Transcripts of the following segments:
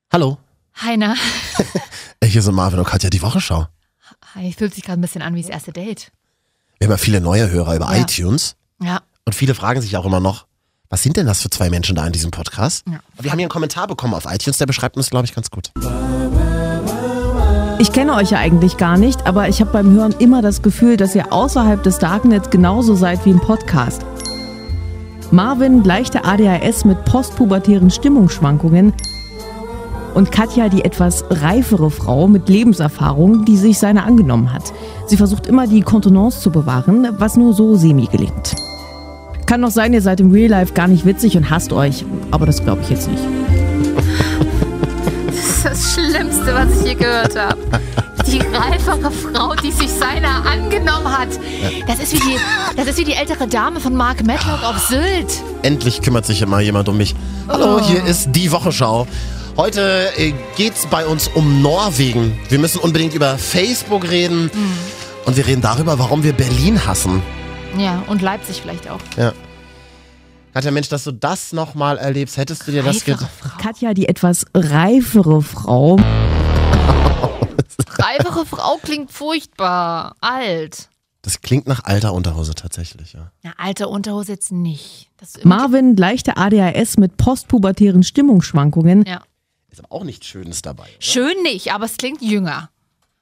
Hallo. Heiner. Hier sind Marvin und Katja, die Wochenschau. Hi, fühlt sich gerade ein bisschen an wie das erste Date. Wir haben ja viele neue Hörer über iTunes. Ja. Und viele fragen sich auch immer noch, was sind denn das für zwei Menschen da in diesem Podcast? Ja. Wir haben hier einen Kommentar bekommen auf iTunes, der beschreibt uns, glaube ich, ganz gut. Ich kenne euch ja eigentlich gar nicht, aber ich habe beim Hören immer das Gefühl, dass ihr außerhalb des Darknets genauso seid wie im Podcast. Marvin leichte ADHS mit postpubertären Stimmungsschwankungen und Katja die etwas reifere Frau mit Lebenserfahrung, die sich seiner angenommen hat. Sie versucht immer die Kontenance zu bewahren, was nur so semi gelingt. Kann doch sein, ihr seid im Real Life gar nicht witzig und hasst euch, aber das glaube ich jetzt nicht. Das ist das Schlimmste, was ich je gehört habe. Die reifere Frau, die sich seiner angenommen hat. Das ist wie die ältere Dame von Mark Medlock auf Sylt. Endlich kümmert sich immer jemand um mich. Hallo, hier ist die Wochenschau. Heute geht's bei uns um Norwegen. Wir müssen unbedingt über Facebook reden. Und wir reden darüber, warum wir Berlin hassen. Ja, und Leipzig vielleicht auch. Ja. Katja, Mensch, dass du das nochmal erlebst, hättest du dir das gedacht? Katja die etwas reifere Frau. Reifere Frau klingt furchtbar. Alt. Das klingt nach alter Unterhose tatsächlich, ja. Na, alte Unterhose jetzt nicht. Marvin leichte ADHS mit postpubertären Stimmungsschwankungen. Ja. Ist aber auch nichts Schönes dabei, oder? Schön nicht, aber es klingt jünger.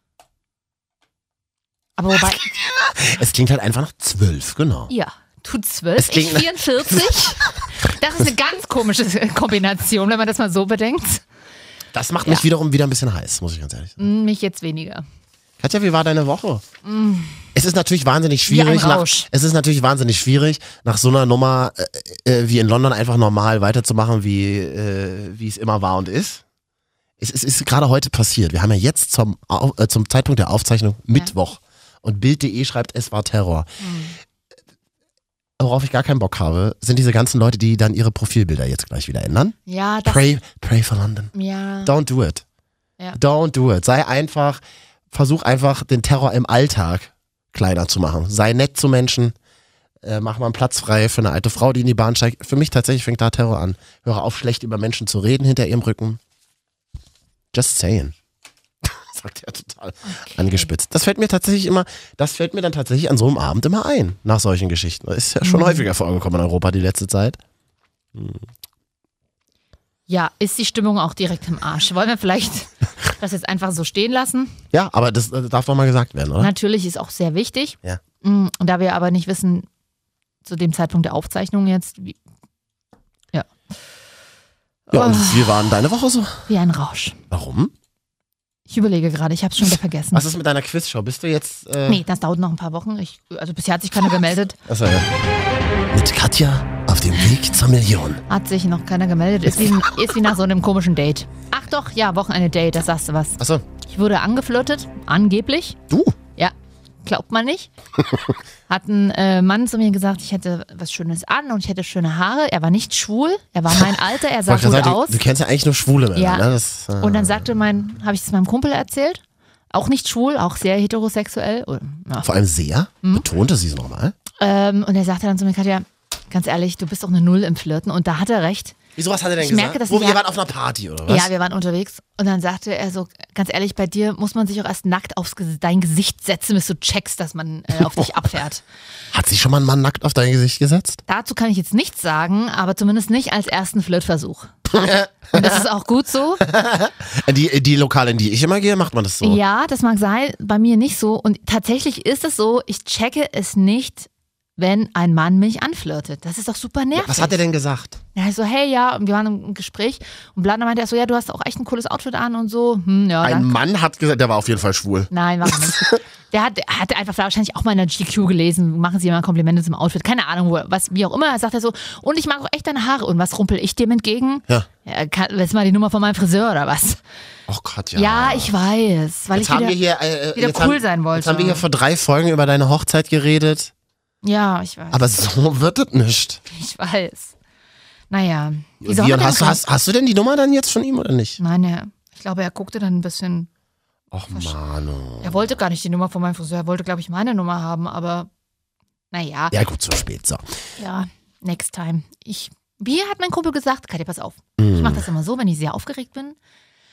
Aber wobei... Es klingt halt einfach nach 12, genau. Ja, du 12, Es klingt ich 44. Das ist eine ganz komische Kombination, wenn man das mal so bedenkt. Das macht mich wiederum wieder ein bisschen heiß, muss ich ganz ehrlich sagen. Mich jetzt weniger. Katja, wie war deine Woche? Es ist natürlich wahnsinnig schwierig. Wie ein Rausch. Es ist natürlich wahnsinnig schwierig, nach so einer Nummer wie in London einfach normal weiterzumachen, wie es immer war und ist. Es ist gerade heute passiert. Wir haben ja jetzt zum Zeitpunkt der Aufzeichnung Mittwoch. Und Bild.de schreibt, es war Terror. Worauf ich gar keinen Bock habe, sind diese ganzen Leute, die dann ihre Profilbilder jetzt gleich wieder ändern. Ja, das... Pray for London. Ja. Don't do it. Ja. Don't do it. Versuch einfach den Terror im Alltag kleiner zu machen. Sei nett zu Menschen. Mach mal einen Platz frei für eine alte Frau, die in die Bahn steigt. Für mich tatsächlich fängt da Terror an. Höre auf, schlecht über Menschen zu reden hinter ihrem Rücken. Just saying. Sagt er total angespitzt. Das fällt mir dann tatsächlich an so einem Abend immer ein, nach solchen Geschichten. Ist ja schon häufiger vorgekommen in Europa die letzte Zeit. Ja, ist die Stimmung auch direkt im Arsch. Wollen wir vielleicht das jetzt einfach so stehen lassen? Ja, aber das darf doch mal gesagt werden, oder? Natürlich ist auch sehr wichtig. Ja. Und da wir aber nicht wissen, zu dem Zeitpunkt der Aufzeichnung jetzt, Ja, und wie war denn deine Woche so? wie ein Rausch. Warum? Ich überlege gerade, ich habe es schon wieder vergessen. Was ist mit deiner Quizshow? Bist du jetzt... Nee, das dauert noch ein paar Wochen. Also bisher hat sich keiner gemeldet. Achso, ja. Mit Katja auf dem Weg zur Million. Hat sich noch keiner gemeldet. Ist wie nach so einem komischen Date. Ach doch, ja, Wochenende-Date, das sagst du was. Achso. Ich wurde angeflirtet, angeblich. Du? Ja, glaubt man nicht. Hat ein Mann zu mir gesagt, ich hätte was Schönes an und ich hätte schöne Haare. Er war nicht schwul, er war mein Alter, er sah gut aus. Du kennst ja eigentlich nur schwule Männer, Ja. ne? Und dann sagte habe ich es meinem Kumpel erzählt. Auch nicht schwul, auch sehr heterosexuell. Ja. Vor allem sehr, betonte sie es nochmal. Und er sagte dann zu mir, Katja, ganz ehrlich, du bist doch eine Null im Flirten. Und da hat er recht. Wieso, was hat er denn Ich gesagt? merke, dass Ihr wart auf einer Party, oder was? Ja, wir waren unterwegs. Und dann sagte er so, ganz ehrlich, bei dir muss man sich auch erst nackt auf dein Gesicht setzen, bis du checkst, dass man auf dich abfährt. Hat sich schon mal ein Mann nackt auf dein Gesicht gesetzt? Dazu kann ich jetzt nichts sagen, aber zumindest nicht als ersten Flirtversuch. Und das ist auch gut so. Die Lokale, in die ich immer gehe, macht man das so? Ja, das mag sein, bei mir nicht so. Und tatsächlich ist es so, ich checke es nicht, wenn ein Mann mich anflirtet. Das ist doch super nervig. Was hat er denn gesagt? Ja, so, hey, ja, und wir waren im Gespräch und Blana meinte er so, ja, du hast auch echt ein cooles Outfit an und so. Ja, Ein danke. Mann hat gesagt, der war auf jeden Fall schwul. Nein, war er nicht. Der hat einfach wahrscheinlich auch mal in der GQ gelesen, machen Sie mal Komplimente zum Outfit, keine Ahnung, wie auch immer. Sagt er so, und ich mag auch echt deine Haare. Und was rumpel ich dem entgegen? Ja. Willst du mal die Nummer von meinem Friseur oder was? Oh Gott, ja. Ja, ich weiß, weil jetzt ich haben wieder cool sein wollte. Jetzt haben wir hier vor 3 Folgen über deine Hochzeit geredet. Ja, ich weiß. Aber so wird es nicht. Ich weiß. Naja. Hast du denn die Nummer dann jetzt von ihm oder nicht? Nein, ich glaube, er guckte dann ein bisschen. Och, Manu. Er wollte gar nicht die Nummer von meinem Friseur, er wollte, glaube ich, meine Nummer haben, aber naja. Ja, gut, zu spät, so. Ja, next time. Wie hat mein Kumpel gesagt, Katja, pass auf. Ich mache das immer so, wenn ich sehr aufgeregt bin,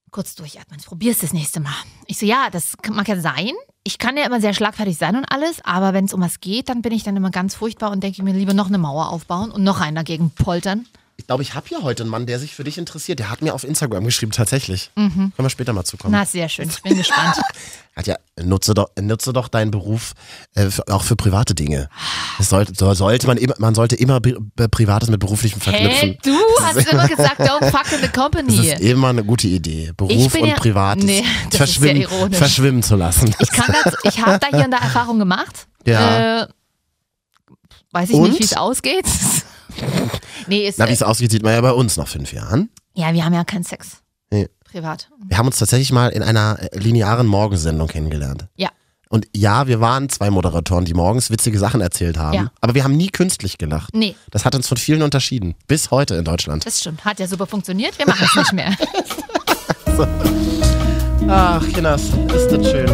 kurz durchatmen, ich probier's das nächste Mal. Ich so, ja, das mag ja sein. Ich kann ja immer sehr schlagfertig sein und alles, aber wenn es um was geht, dann bin ich dann immer ganz furchtbar und denke mir lieber noch eine Mauer aufbauen und noch einen dagegen poltern. Ich glaube, ich habe hier heute einen Mann, der sich für dich interessiert. Der hat mir auf Instagram geschrieben, tatsächlich. Können wir später mal zukommen. Na, sehr schön. Ich bin gespannt. Ja, nutze doch deinen Beruf auch für private Dinge. Man sollte immer Privates mit Beruflichem verknüpfen. Hey, du hast immer gesagt, don't fuck in the company. Das ist immer eine gute Idee, Beruf und Privates verschwimmen zu lassen. Ich habe da hier und da Erfahrung gemacht. Ja. Weiß ich nicht, wie es ausgeht. Wie es aussieht, sieht man ja bei uns nach 5 Jahren. Ja, wir haben ja keinen Sex. Nee. Privat. Wir haben uns tatsächlich mal in einer linearen Morgensendung kennengelernt. Ja. Und ja, wir waren 2 Moderatoren, die morgens witzige Sachen erzählt haben. Ja. Aber wir haben nie künstlich gelacht. Nee. Das hat uns von vielen unterschieden. Bis heute in Deutschland. Das stimmt. Hat ja super funktioniert. Wir machen es nicht mehr. So. Ach, Kinders, ist das schön.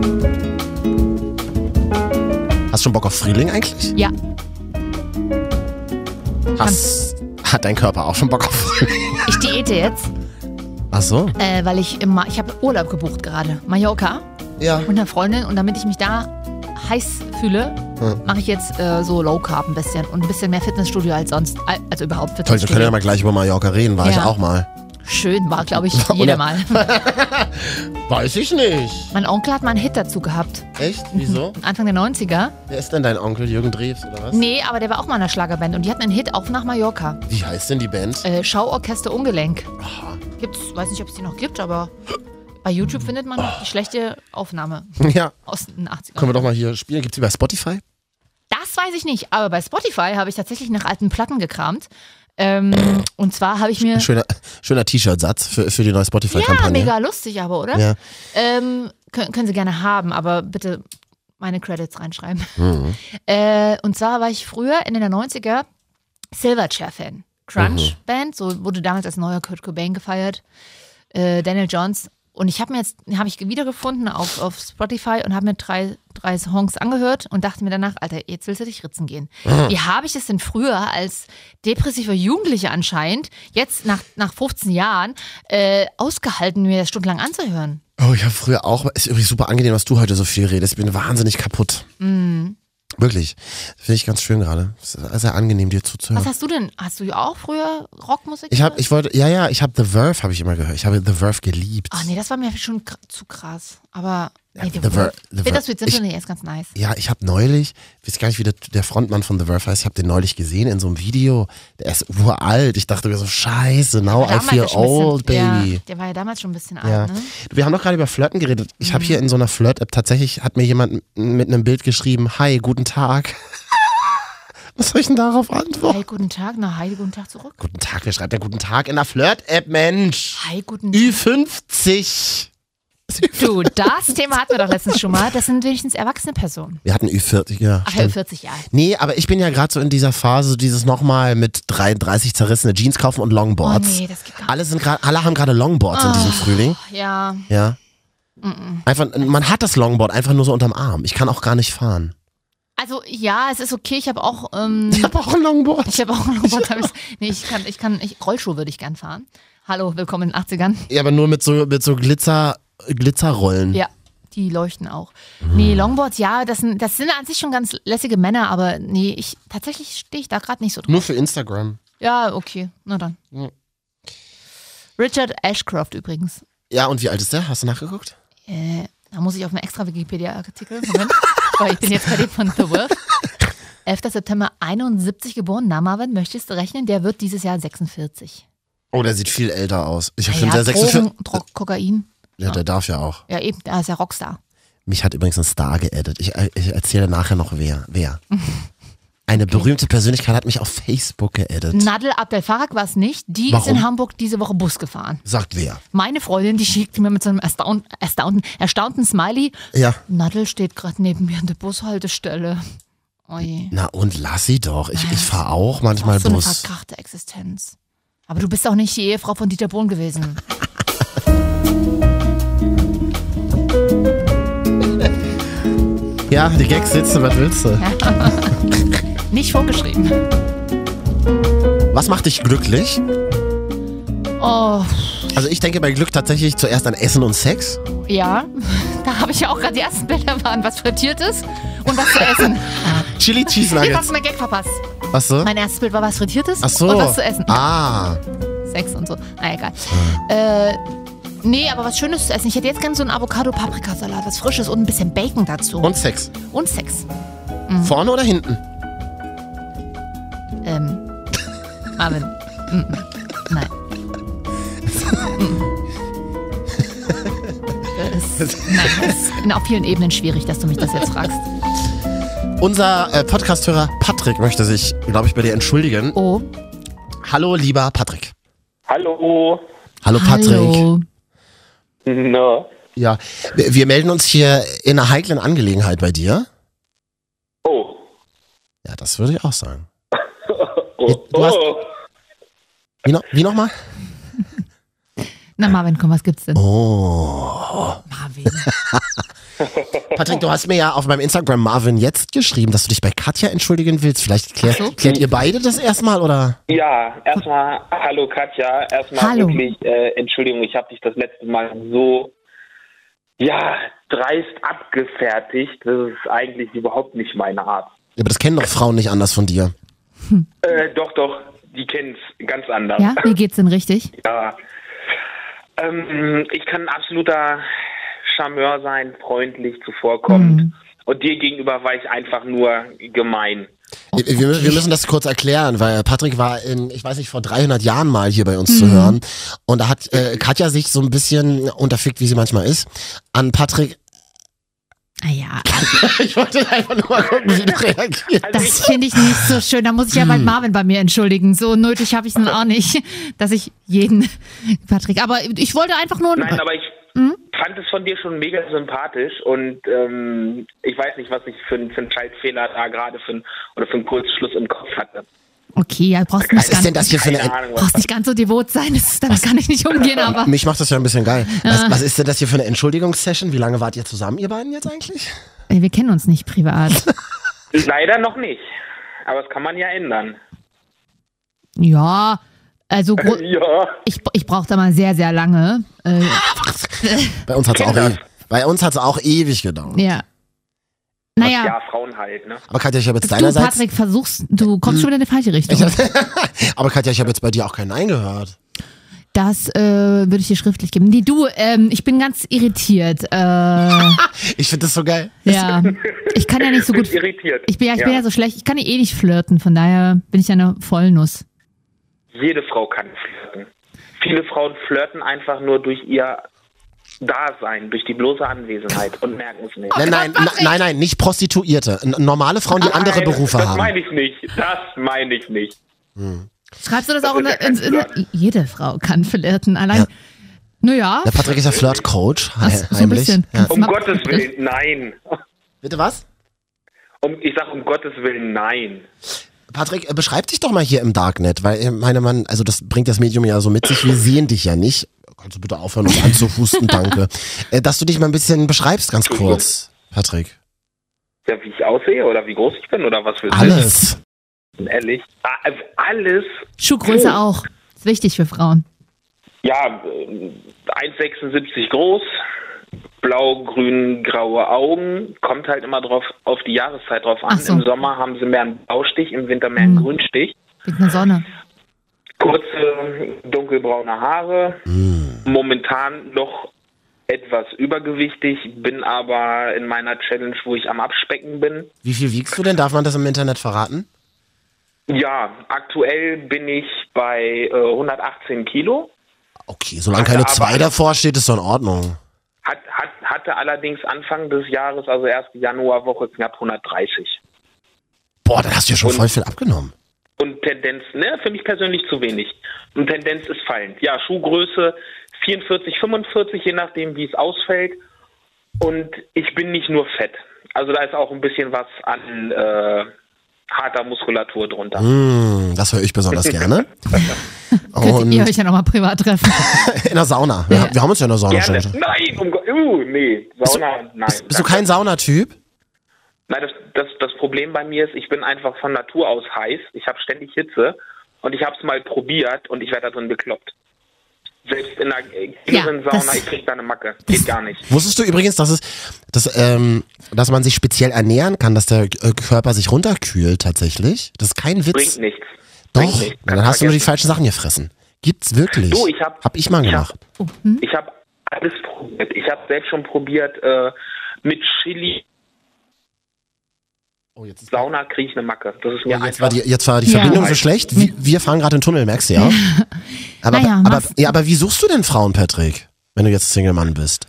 Hast du schon Bock auf Frühling eigentlich? Ja. Hat dein Körper auch schon Bock auf Frühling? Ich diete jetzt. Ach so? Weil ich habe Urlaub gebucht gerade. Mallorca. Ja. Mit einer Freundin. Und damit ich mich da heiß fühle, mache ich jetzt so Low Carb ein bisschen. Und ein bisschen mehr Fitnessstudio als sonst. Also überhaupt Toll, Fitnessstudio. wir können ja mal gleich über Mallorca reden. War ich auch mal. Schön war, glaube ich, jeder mal. Weiß ich nicht. Mein Onkel hat mal einen Hit dazu gehabt. Echt? Wieso? Anfang der 90er. Wer ist denn dein Onkel? Jürgen Drews oder was? Nee, aber der war auch mal in einer Schlagerband. Und die hatten einen Hit auch nach Mallorca. Wie heißt denn die Band? Schauorchester Ungelenk. Aha. Weiß nicht, ob es die noch gibt, aber bei YouTube findet man die schlechte Aufnahme Ja. aus den 80ern. Können wir doch mal hier spielen. Gibt es die bei Spotify? Das weiß ich nicht, aber bei Spotify habe ich tatsächlich nach alten Platten gekramt. Und zwar habe ich mir... Schöner T-Shirt-Satz für die neue Spotify-Kampagne. Ja, mega lustig aber, oder? Ja. Können Sie gerne haben, aber bitte meine Credits reinschreiben. Mhm. Und zwar war ich früher in den 90er Silverchair-Fan. Crunch-Band, so wurde damals als neuer Kurt Cobain gefeiert. Daniel Johns. Und ich habe ich wiedergefunden auf Spotify und habe mir drei Songs angehört und dachte mir danach, Alter, jetzt willst du dich ritzen gehen. Wie habe ich es denn früher als depressiver Jugendlicher anscheinend, jetzt nach 15 Jahren, ausgehalten, mir das stundenlang anzuhören? Oh, ich habe früher auch, ist übrigens super angenehm, dass du heute so viel redest. Ich bin wahnsinnig kaputt. Wirklich. Finde ich ganz schön gerade. Es ist sehr angenehm, dir zuzuhören. Was hast du denn? Hast du auch früher Rockmusik ich habe The Verve habe ich immer gehört. Ich habe The Verve geliebt. Ach nee, das war mir schon zu krass. Aber nee, The Verve Symphony ist ganz nice. Ja, ich habe neulich, ich weiß gar nicht, wie der Frontmann von The Verve heißt, ich habe den neulich gesehen in so einem Video. Der ist uralt. Ich dachte mir so, scheiße, now I feel old, baby. Ja, der war ja damals schon ein bisschen Ja. alt, ne? Wir haben doch gerade über Flirten geredet. Ich habe hier in so einer Flirt-App tatsächlich, hat mir jemand mit einem Bild geschrieben, hi, guten Tag. Was soll ich denn darauf antworten? Hi, guten Tag. Na, hi, guten Tag zurück. Guten Tag, wer schreibt denn guten Tag in der Flirt-App, Mensch? Hi, guten Tag. Ü50. Du, das Thema hatten wir doch letztens schon mal. Das sind wenigstens erwachsene Personen. Wir hatten Ü40, ja. Ach ja, 40 Jahre. Nee, aber ich bin ja gerade so in dieser Phase, dieses nochmal mit 33 zerrissene Jeans kaufen und Longboards. Oh nee, das geht gar nicht. Alle haben gerade Longboards in diesem Frühling. Ja. Ja. Einfach, man hat das Longboard einfach nur so unterm Arm. Ich kann auch gar nicht fahren. Also ja, es ist okay. Ich habe auch Ich habe auch ein Longboard. Rollschuh würde ich gern fahren. Hallo, willkommen in den 80ern. Ja, aber nur mit so Glitzerrollen. Ja, die leuchten auch. Nee, Longboards, ja, das sind an sich schon ganz lässige Männer, aber nee, tatsächlich stehe ich da gerade nicht so drauf. Nur für Instagram. Ja, okay, na dann. Ja. Richard Ashcroft übrigens. Ja, und wie alt ist der? Hast du nachgeguckt? Da muss ich auf einen extra Wikipedia-Artikel. Moment, weil ich bin jetzt bei dem von The Verve. 11. September 71 geboren. Na, Marvin, möchtest du rechnen? Der wird dieses Jahr 46. Oh, der sieht viel älter aus. Ich habe Ja, schon sehr 46. Kokain. Ja, der darf ja auch. Ja, eben, der ist ja Rockstar. Mich hat übrigens ein Star geaddet. Ich erzähle nachher noch wer. Eine berühmte Persönlichkeit hat mich auf Facebook geaddet. Nadel Abdel-Farag war es nicht. Die Warum? ist in Hamburg diese Woche Bus gefahren. Sagt wer? Meine Freundin, die schickte mir mit so einem erstaunten Smiley. Ja. Nadel steht gerade neben mir an der Bushaltestelle. Oje. Na und lass sie doch. Ich fahre auch manchmal so Bus. eine verkrachte Existenz. Aber du bist auch nicht die Ehefrau von Dieter Bohlen gewesen. Ja, die Gags sitzen, was willst du? Nicht vorgeschrieben. Was macht dich glücklich? Oh, Also ich denke bei Glück tatsächlich zuerst an Essen und Sex. Ja, da habe ich ja auch gerade die ersten Bilder waren, was frittiert ist und was zu essen. Chili Cheese Jetzt Nuggets. hast du mein Gag verpasst. Was so? Mein erstes Bild war was Frittiertes Ach so. und was zu essen. Ah. Sex und so. Na egal. Nee, aber was Schönes zu essen. Ich hätte jetzt gerne so einen Avocado-Paprikasalat, was Frisches und ein bisschen Bacon dazu. Und Sex. Und Sex. Vorne oder hinten? Marvin. Nein. Das ist auf vielen Ebenen schwierig, dass du mich das jetzt fragst. Unser Podcast-Hörer Patrick möchte sich, glaube ich, bei dir entschuldigen. Oh. Hallo, lieber Patrick. Hallo. Hallo, Patrick. Hallo. Na. Ja, wir melden uns hier in einer heiklen Angelegenheit bei dir. Oh. Ja, das würde ich auch sagen. Oh. Du hast- Oh. Wie nochmal? Na Marvin, komm, was gibt's denn? Oh. Marvin. Patrick, du hast mir ja auf meinem Instagram Marvin jetzt geschrieben, dass du dich bei Katja entschuldigen willst. Vielleicht Ach so. klärt ihr beide das erstmal, oder? Ja, erstmal hallo Katja. Erstmal Hallo. wirklich Entschuldigung, ich habe dich das letzte Mal so dreist abgefertigt. Das ist eigentlich überhaupt nicht meine Art. Ja, aber das kennen doch Frauen nicht anders von dir. Doch, die kennen es ganz anders. Ja, wie geht's denn richtig? Ja. Ich kann ein absoluter Charmeur sein, freundlich zuvorkommend. Und dir gegenüber war ich einfach nur gemein. Wir müssen das kurz erklären, weil Patrick war ich weiß nicht, vor 300 Jahren mal hier bei uns zu hören. Und da hat Katja sich so ein bisschen unterfickt, wie sie manchmal ist, an Patrick. Ja, Ich wollte einfach nur mal gucken, wie du reagierst. das finde ich nicht so schön. Da muss ich ja bald Marvin bei mir entschuldigen. So nötig habe ich es nun auch nicht, dass ich jeden Patrick. Aber ich wollte einfach nur. Nein, aber ich fand es von dir schon mega sympathisch und ich weiß nicht, was ich für einen Schaltfehler da gerade für einen Kurzschluss im Kopf hatte. Okay, ja, brauchst Was ist denn das hier für Keine eine... Ahnung, was brauchst nicht ganz so devot sein. Damit kann ich nicht umgehen, aber. Mich macht das ja ein bisschen geil. Was ist denn das hier für eine Entschuldigungssession? Wie lange wart ihr zusammen, ihr beiden jetzt eigentlich? Wir kennen uns nicht privat. Leider noch nicht. Aber das kann man ja ändern. Ja, also Ja. ich brauche da mal sehr, sehr lange. Bei uns hat's auch ewig gedauert. Ja. Naja, Ja, Frauen halt, ne? Aber Katja, ich habe jetzt du, deinerseits... Patrick, du kommst schon wieder in die falsche Richtung. Aber Katja, ich habe jetzt bei dir auch kein Nein gehört. Das würde ich dir schriftlich geben. Nee, du, ich bin ganz irritiert. Ich finde das so geil. Ja, ich kann ja nicht so Ich bin gut. irritiert. Ich bin ja so schlecht. Ich kann eh nicht flirten. Von daher bin ich ja eine Vollnuss. Jede Frau kann flirten. Viele Frauen flirten einfach nur durch ihr Dasein, durch die bloße Anwesenheit und merken es nicht. Nein, nicht Prostituierte. Normale Frauen, die andere Nein, Berufe das haben. meine ich nicht. Das meine ich nicht. Schreibst du das auch ist ja kein jede Frau kann flirten. Allein, Ja. naja. Der Patrick ist ja Flirt-Coach, Ach, so ein heimlich. bisschen. Ja. Um Gottes Willen, nein. Bitte was? Ich sag um Gottes Willen, nein. Patrick, beschreib dich doch mal hier im Darknet, weil also das bringt das Medium ja so mit sich, wir sehen dich ja nicht. Kannst du bitte aufhören, uns anzuhusten, danke. Dass du dich mal ein bisschen beschreibst, ganz kurz, Patrick. Ja, wie ich aussehe oder wie groß ich bin oder was willst du? Alles. Ehrlich? Also alles? Schuhgröße auch. Ist wichtig für Frauen. Ja, 1,76 groß, blau, grün, graue Augen. Kommt halt immer auf die Jahreszeit drauf an. Ach so. Im Sommer haben sie mehr einen Blaustich, im Winter mehr einen Grünstich. Wegen der Sonne. Kurze, dunkelbraune Haare. Momentan noch etwas übergewichtig, bin aber in meiner Challenge, wo ich am Abspecken bin. Wie viel wiegst du denn? Darf man das im Internet verraten? Ja, aktuell bin ich bei 118 Kilo. Okay, solange keine 2 davor steht, ist doch in Ordnung. Hatte allerdings Anfang des Jahres, also erste Januarwoche, knapp 130. Boah, dann hast du ja schon voll viel abgenommen. Und Tendenz, für mich persönlich zu wenig. Und Tendenz ist fallend. Ja, Schuhgröße 44, 45, je nachdem, wie es ausfällt. Und ich bin nicht nur fett. Also da ist auch ein bisschen was an harter Muskulatur drunter. Das höre ich besonders gerne. Könnt ihr euch ja nochmal privat treffen. In der Sauna. Wir haben uns ja in der Sauna Gerne. schon. Nein, nee. Sauna, nein. Bist du kein Saunatyp? Nein, das Problem bei mir ist, ich bin einfach von Natur aus heiß. Ich habe ständig Hitze und ich habe es mal probiert und ich werde da drin bekloppt. Selbst in der inneren Sauna, ich krieg da eine Macke. Geht gar nicht. Wusstest du übrigens, dass man sich speziell ernähren kann, dass der Körper sich runterkühlt tatsächlich? Das ist kein Witz. Bringt nichts. Doch, dann hast du nur die falschen Sachen gefressen. Gibt's wirklich? Du, hab ich mal gemacht. Ich habe alles probiert. Ich habe selbst schon probiert mit Chili. Oh, jetzt ist Sauna kriege ich eine Macke. Das ist mir jetzt war die Verbindung so schlecht. Wir fahren gerade in den Tunnel, merkst du ja? Aber wie suchst du denn Frauen, Patrick, wenn du jetzt Single-Mann bist?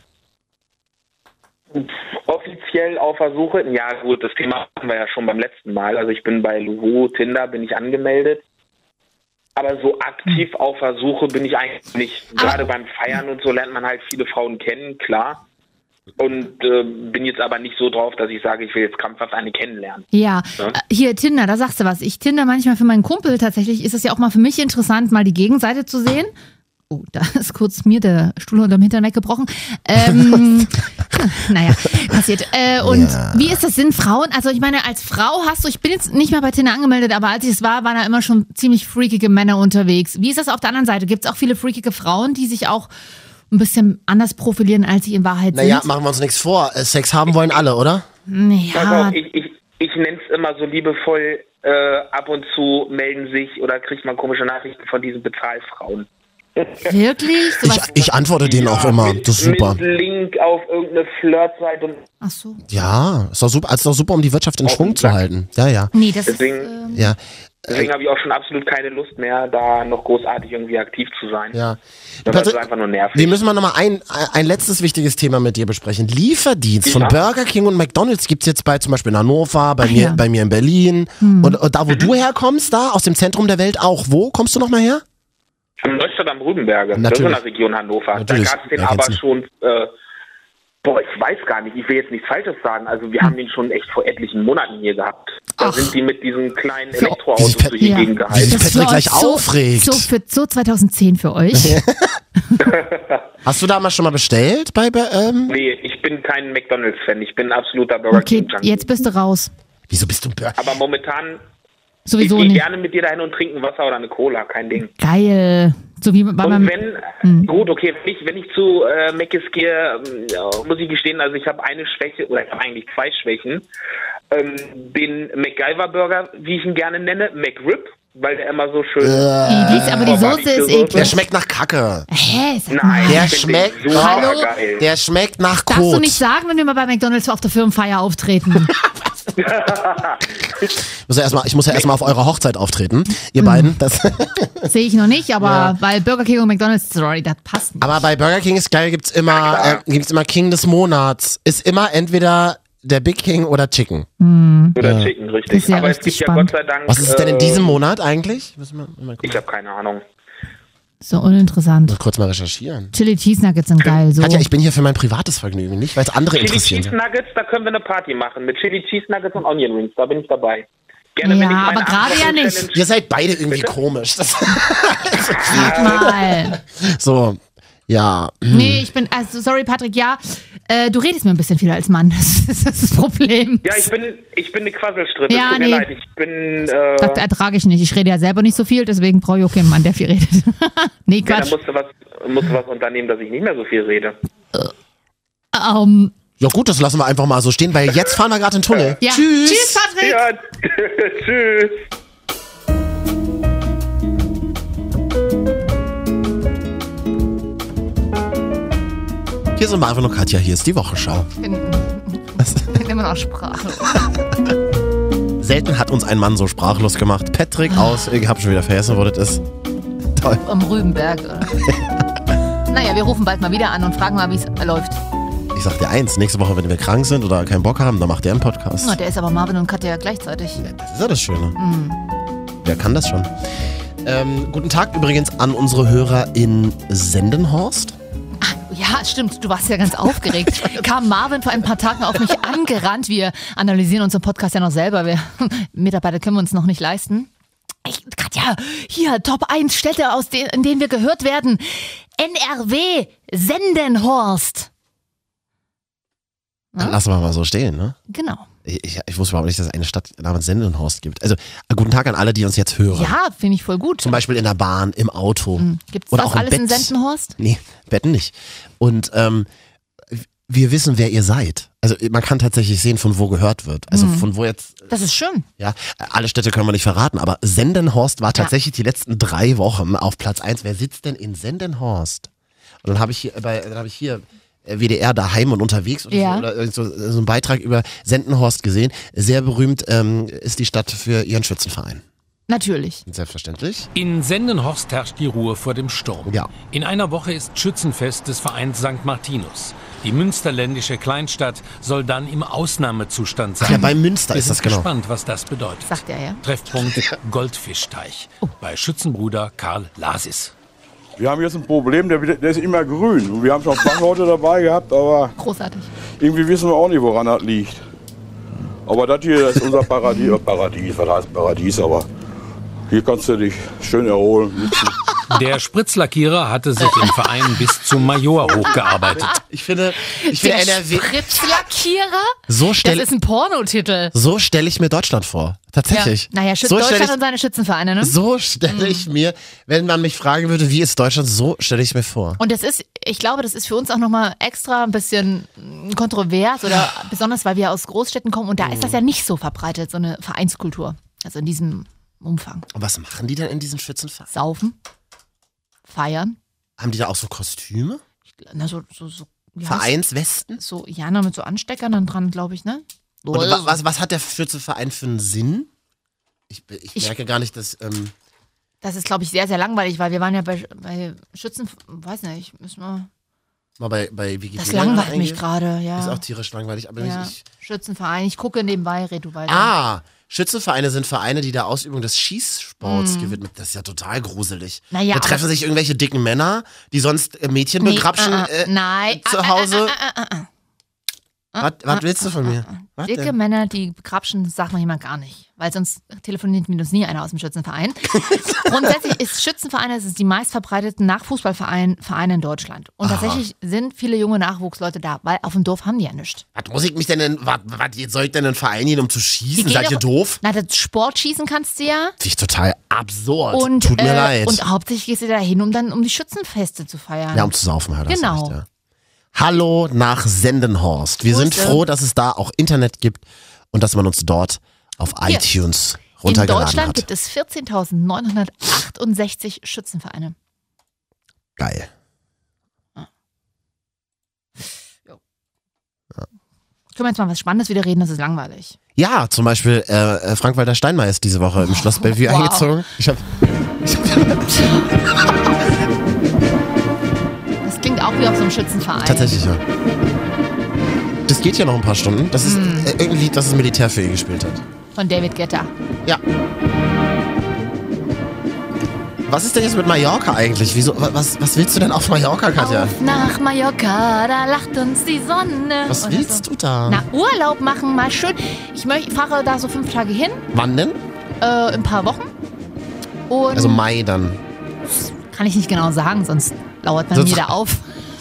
Offiziell auf der Suche. Ja gut, das Thema hatten wir ja schon beim letzten Mal. Also ich bin bei Luvo, Tinder bin ich angemeldet. Aber so aktiv auf der Suche bin ich eigentlich nicht. Gerade beim Feiern und so lernt man halt viele Frauen kennen, klar. Und bin jetzt aber nicht so drauf, dass ich sage, ich will jetzt krampfhaft eine kennenlernen. Ja, hier Tinder, da sagst du was. Ich Tinder manchmal für meinen Kumpel. Tatsächlich ist es ja auch mal für mich interessant, mal die Gegenseite zu sehen. Oh, da ist kurz mir der Stuhl unterm Hintern weggebrochen. Naja, passiert. Wie ist das, sind Frauen, also ich meine, als Frau hast du, ich bin jetzt nicht mehr bei Tinder angemeldet, aber als ich es war, waren da immer schon ziemlich freakige Männer unterwegs. Wie ist das auf der anderen Seite? Gibt es auch viele freakige Frauen, die sich auch ein bisschen anders profilieren, als sie in Wahrheit sind? Naja, machen wir uns nichts vor. Sex haben wollen alle, oder? Ja. Ich nenne es immer so liebevoll, ab und zu melden sich oder kriegt man komische Nachrichten von diesen Bezahlfrauen. Wirklich? Ich antworte denen auch immer. Das ist super. Mit Link auf irgendeine Flirtseite. Ach so. Ja, ist doch super. Also ist doch super, um die Wirtschaft in Schwung zu halten. Ja. Nee, das Deswegen habe ich auch schon absolut keine Lust mehr, da noch großartig irgendwie aktiv zu sein. Ja. Das ist einfach nur nervig. Wir müssen mal nochmal ein letztes wichtiges Thema mit dir besprechen. Lieferdienst von Burger King und McDonald's gibt es jetzt zum Beispiel in Hannover, bei mir in Berlin. Und da, wo du herkommst, da aus dem Zentrum der Welt auch. Wo kommst du nochmal her? Am Neustadt am Rübenberge. Das ist in der Region Hannover. Natürlich. Da gab es den aber schon, ich weiß gar nicht, ich will jetzt nichts Falsches sagen. Also wir haben den schon echt vor etlichen Monaten hier gehabt. Da sind die mit diesen kleinen Elektroautos durch die Gegend Wie gehalten. sich Patrick gleich aufregt. So 2010 für euch. Hast du damals schon mal bestellt? Nee, ich bin kein McDonalds-Fan. Ich bin absoluter Burger King-Junkie. Okay, jetzt bist du raus. Wieso bist du ein Burger? Aber momentan, Sowieso ich gehe nicht. gerne mit dir dahin und trinken Wasser oder eine Cola, kein Ding. Geil. So wie bei Und meinem... gut, okay, wenn ich zu Mc's gehe, muss ich gestehen, also ich habe eine Schwäche, oder ich habe eigentlich zwei Schwächen. Den MacGyver-Burger, wie ich ihn gerne nenne, McRib, weil der immer so schön... aber die Soße ist eklig. Der schmeckt nach Kacke. Hä? Sag Nein, mal. Der ich find schmeckt- den super Hallo? geil. Der schmeckt nach Darfst du Kot. nicht sagen, wenn wir mal bei McDonald's auf der Firmenfeier auftreten? Ich muss ja erstmal auf eurer Hochzeit auftreten. Ihr beiden. Das Sehe ich noch nicht, aber weil Burger King und McDonald's, sorry, das passt nicht. Aber bei Burger King ist geil, gibt's immer King des Monats. Ist immer entweder der Big King oder Chicken. Oder Chicken, Das richtig. ist ja Aber es richtig gibt ja spannend. Gott sei Dank... Was ist es denn in diesem Monat eigentlich? Müssen wir mal Ich habe keine Ahnung. So uninteressant. kurz mal recherchieren. Chili Cheese Nuggets sind geil. So. Katja, ich bin hier für mein privates Vergnügen, nicht weil es andere Chili interessieren. Cheese Nuggets, da können wir eine Party machen. Mit Chili Cheese Nuggets und Onion Rings, da bin ich dabei. Gerne, Ja, wenn ich meine aber gerade ja nicht. Challenge- Ihr seid beide irgendwie komisch. Sag mal. So, ja. Nee, sorry Patrick, du redest mir ein bisschen viel als Mann. Das ist das Problem. Ja, ich bin eine Quasselstrippe. Ja, Tut mir nee. leid. Ich bin... Das ertrage ich nicht. Ich rede ja selber nicht so viel, deswegen brauche ich auch keinen Mann, der viel redet. Nee, ja, Quatsch. dann musst du was unternehmen, dass ich nicht mehr so viel rede. Ja gut, das lassen wir einfach mal so stehen, weil jetzt fahren wir gerade in den Tunnel. Ja. Tschüss. Tschüss, Patrick. Ja, tschüss. Hier sind Marvin und Katja, hier ist die Wochenschau. Ich bin immer noch sprachlos. Selten hat uns ein Mann so sprachlos gemacht. Patrick aus, ich habe schon wieder vergessen, wo das ist. Toll. Am Rübenberg, oder? Naja, wir rufen bald mal wieder an und fragen mal, wie es läuft. Ich sag dir eins, nächste Woche, wenn wir krank sind oder keinen Bock haben, dann macht der einen Podcast. Na, der ist aber Marvin und Katja gleichzeitig. Das ist ja das Schöne. Wer kann das schon? Guten Tag übrigens an unsere Hörer in Sendenhorst. Ja, stimmt, du warst ja ganz aufgeregt. Kam Marvin vor ein paar Tagen auf mich angerannt. Wir analysieren unseren Podcast ja noch selber. Mitarbeiter können wir uns noch nicht leisten. Katja, hier, Top 1 Städte, in denen wir gehört werden. NRW, Sendenhorst. Dann lassen wir mal so stehen, ne? Genau. Ich wusste überhaupt nicht, dass es eine Stadt namens Sendenhorst gibt. Also guten Tag an alle, die uns jetzt hören. Ja, finde ich voll gut. Zum Beispiel in der Bahn, im Auto. Gibt es oder das auch im alles in Bett. Sendenhorst? Nee, Betten nicht. Und wir wissen, wer ihr seid. Also man kann tatsächlich sehen, von wo gehört wird. Also von wo jetzt, Das ist schön. ja, alle Städte können wir nicht verraten, aber Sendenhorst war tatsächlich die letzten 3 Wochen auf Platz 1. Wer sitzt denn in Sendenhorst? Und dann habe ich hier WDR daheim und unterwegs oder, Ja. so, oder irgend so einen Beitrag über Sendenhorst gesehen. Sehr berühmt ist die Stadt für ihren Schützenverein. Natürlich. Selbstverständlich. In Sendenhorst herrscht die Ruhe vor dem Sturm. Ja. In einer Woche ist Schützenfest des Vereins St. Martinus. Die münsterländische Kleinstadt soll dann im Ausnahmezustand sein. Ja, bei Münster Wir ist sind das genau. gespannt, was das bedeutet. Sagt er, ja. Treffpunkt Goldfischteich bei Schützenbruder Karl Lasis. Wir haben jetzt ein Problem, der ist immer grün. Und wir haben schon Fachleute dabei gehabt, aber Großartig. irgendwie wissen wir auch nicht, woran das liegt. Aber das hier ist unser Paradies. Paradies, was heißt Paradies? Aber hier kannst du dich schön erholen. Sitzen. Der Spritzlackierer hatte sich im Verein bis zum Major hochgearbeitet. Ich finde Der NRW. Spritzlackierer? So Das stelle ist ein Pornotitel. ich mir Deutschland vor. Tatsächlich. Ja. Naja, so stell Deutschland ich, und seine Schützenvereine, ne? so stelle ich mir, wenn man mich fragen würde, wie ist Deutschland, so stelle ich mir vor. Und ich glaube, das ist für uns auch nochmal extra ein bisschen kontrovers oder besonders, weil wir aus Großstädten kommen und da ist das ja nicht so verbreitet, so eine Vereinskultur. Also in diesem Umfang. Und was machen die denn in diesen Schützenvereinen? Saufen, feiern, Haben die da auch so Kostüme? na so ja, Vereinswesten? so, ja, noch mit so Ansteckern dann dran, glaube ich, ne? Und was hat der Schützenverein für einen Sinn? Ich merke gar nicht, dass. Das ist, glaube ich, sehr, sehr langweilig, weil wir waren ja bei Schützen, weiß nicht, müssen wir. Mal bei Wikipedia. Das langweilt mich eingeben. gerade, ja. Ist auch tierisch langweilig, aber ja. ich. Schützenverein, ich gucke nebenbei, red du weiter. Ah, Schützenvereine sind Vereine, die der Ausübung des Schießsports gewidmet. Das ist ja total gruselig. Naja, da treffen sich irgendwelche dicken Männer, die sonst Mädchen begrapschen nein. zu Hause. Was willst du von mir? Was Dicke denn? Männer, die begrapschen, das sagt man jemand gar nicht. Weil sonst telefoniert mit uns nie einer aus dem Schützenverein. Grundsätzlich ist Schützenvereine, das ist die meistverbreiteten Vereine in Deutschland. Und tatsächlich sind viele junge Nachwuchsleute da, weil auf dem Dorf haben die ja nichts. Was muss ich mich denn was soll ich denn in einen Verein gehen, um zu schießen? Seid ihr doof? Na, das Sportschießen kannst du ja. Finde ich total absurd. Und, Tut mir leid. Und hauptsächlich gehst du da hin, um die Schützenfeste zu feiern. Ja, um zu saufen halt. hast du Genau. recht, ja. Hallo nach Sendenhorst. Wir sind Grüße. froh, dass es da auch Internet gibt und dass man uns dort auf iTunes In runtergeladen Deutschland hat. gibt es 14.968 Schützenvereine. Geil. Können wir jetzt mal was Spannendes wieder reden, das ist langweilig. Ja, zum Beispiel Frank-Walter Steinmeier ist diese Woche im Schloss Bellevue wow. eingezogen. Das klingt auch wie auf so einem Schützenverein. Tatsächlich, ja. Das geht ja noch ein paar Stunden. Das ist irgendein Lied, das das Militär für ihn gespielt hat. Von David Guetta. Ja. Was ist denn jetzt mit Mallorca eigentlich? Wieso, was willst du denn auf Mallorca, Katja? Auf nach Mallorca, da lacht uns die Sonne. Was Oder willst so. du da? Na, Urlaub machen, mal schön. Ich fahre da so 5 Tage hin, Wann denn? in ein paar Wochen. Und Also Mai dann. kann ich nicht genau sagen, sonst lauert man Sonst- mir da auf.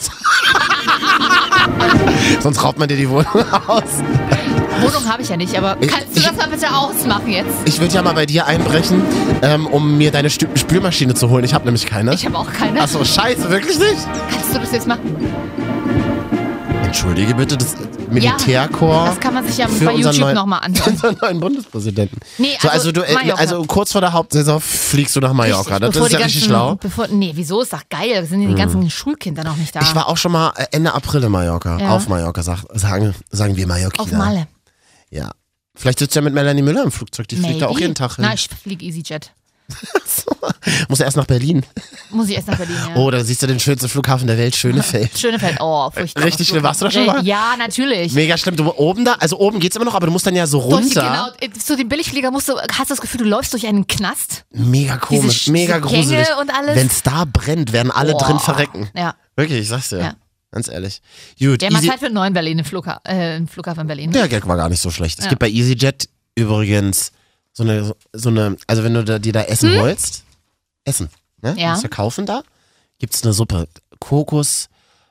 Sonst raubt man dir die Wohnung aus. Wohnung habe ich ja nicht, aber kannst du das mal bitte ausmachen jetzt? Ich würde ja mal bei dir einbrechen, um mir deine Spülmaschine zu holen. Ich habe nämlich keine. Ich habe auch keine. Achso, scheiße, wirklich nicht? Kannst du das jetzt machen? Entschuldige bitte, das Militärkorps. Das kann man sich ja für bei unseren YouTube neuen- nochmal für anhören. unseren neuen Bundespräsidenten. Nee, So, also Mallorca. also kurz vor der Hauptsaison fliegst du nach Mallorca. Richtig, Das ist ja richtig schlau. Nee, wieso? Ist doch geil. Da sind ja die ganzen Schulkinder noch nicht da. Ich war auch schon mal Ende April in Mallorca. Ja. Auf Mallorca, sagen wir Mallorquina. auf Malle. Ja. Vielleicht sitzt du ja mit Melanie Müller im Flugzeug. Die fliegt da auch jeden Tag hin. Na, ich fliege EasyJet. Muss erst nach Berlin. Muss ich erst nach Berlin, ja. Oh, da siehst du den schönsten Flughafen der Welt, Schönefeld. Schönefeld, oh, furchtbar. Richtig schlimm. Warst du da schon mal? Ja, natürlich. Mega schlimm. Du oben da, also oben geht's immer noch, aber du musst dann ja so Durch runter. Genau, zu dem Billigflieger hast du das Gefühl, du läufst durch einen Knast. Mega komisch, Diese mega Gänge gruselig. und alles. Wenn's da brennt, werden alle Boah. drin verrecken. Ja. Wirklich, ich sag's dir. Ja. Ganz ehrlich. Gut, Wir haben mal Easy, Zeit für einen neuen Berlin, einen Flughafen Berlin. der Gag war gar nicht so schlecht. Es Ja. gibt bei EasyJet übrigens so eine, also wenn du dir da Essen holst, Essen, ne? Ja. Musst du kaufen da, gibt's eine Suppe. Kokos,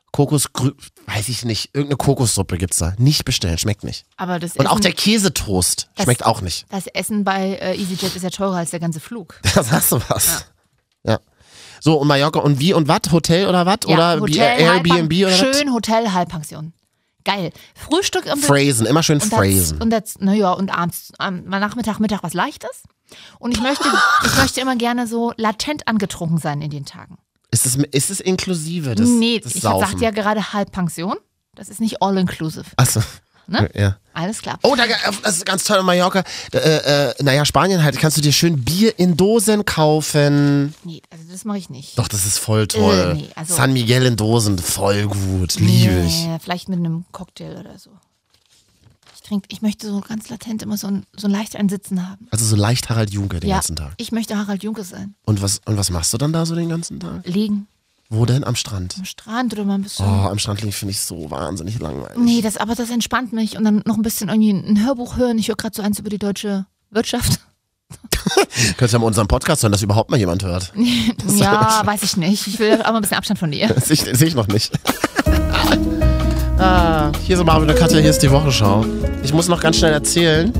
weiß ich nicht, irgendeine Kokossuppe gibt's da. Nicht bestellen, schmeckt nicht. Aber das Und auch Essen- der Käsetoast schmeckt auch nicht. Das Essen bei EasyJet ist ja teurer als der ganze Flug. Da sagst du was. Ja. So, und Mallorca und wie und was? Hotel oder was? Ja, Oder Hotel, Airbnb oder was? Schön Hotel, Halbpension. Geil. Frühstück im Phrasen, immer schön phrasen. Und abends, Nachmittag, Mittag was Leichtes. Und ich möchte immer gerne so latent angetrunken sein in den Tagen. Ist es inklusive? Nee, das ich Saufen? sagte ja gerade Halbpension. Das ist nicht all-inclusive. Achso. Ne? Ja. Alles klar. Oh, das ist ganz toll in Mallorca. Spanien halt, kannst du dir schön Bier in Dosen kaufen. Nee, also das mache ich nicht. Doch, das ist voll toll. Nee, also- San Miguel in Dosen, voll gut. Liebe ich. Nee, vielleicht mit einem Cocktail oder so. Ich möchte so ganz latent immer so ein leicht ein Sitzen haben. Also so leicht Harald Junke den Ja, ganzen Tag. ich möchte Harald Junke sein. Und was machst du dann da so den ganzen Tag? Liegen Wo denn? Am Strand? am Strand oder mal ein bisschen. Oh, am Strand liegen finde ich so wahnsinnig langweilig. Nee, aber das entspannt mich. Und dann noch ein bisschen irgendwie ein Hörbuch hören. Ich höre gerade so eins über die deutsche Wirtschaft. Könntest ja mal unseren Podcast hören, dass überhaupt mal jemand hört. Ja, weiß ich nicht. Ich will aber ein bisschen Abstand von dir. Das sehe ich noch nicht. Hier ist Marvin und Katja, hier ist die Wochenschau. Ich muss noch ganz schnell erzählen.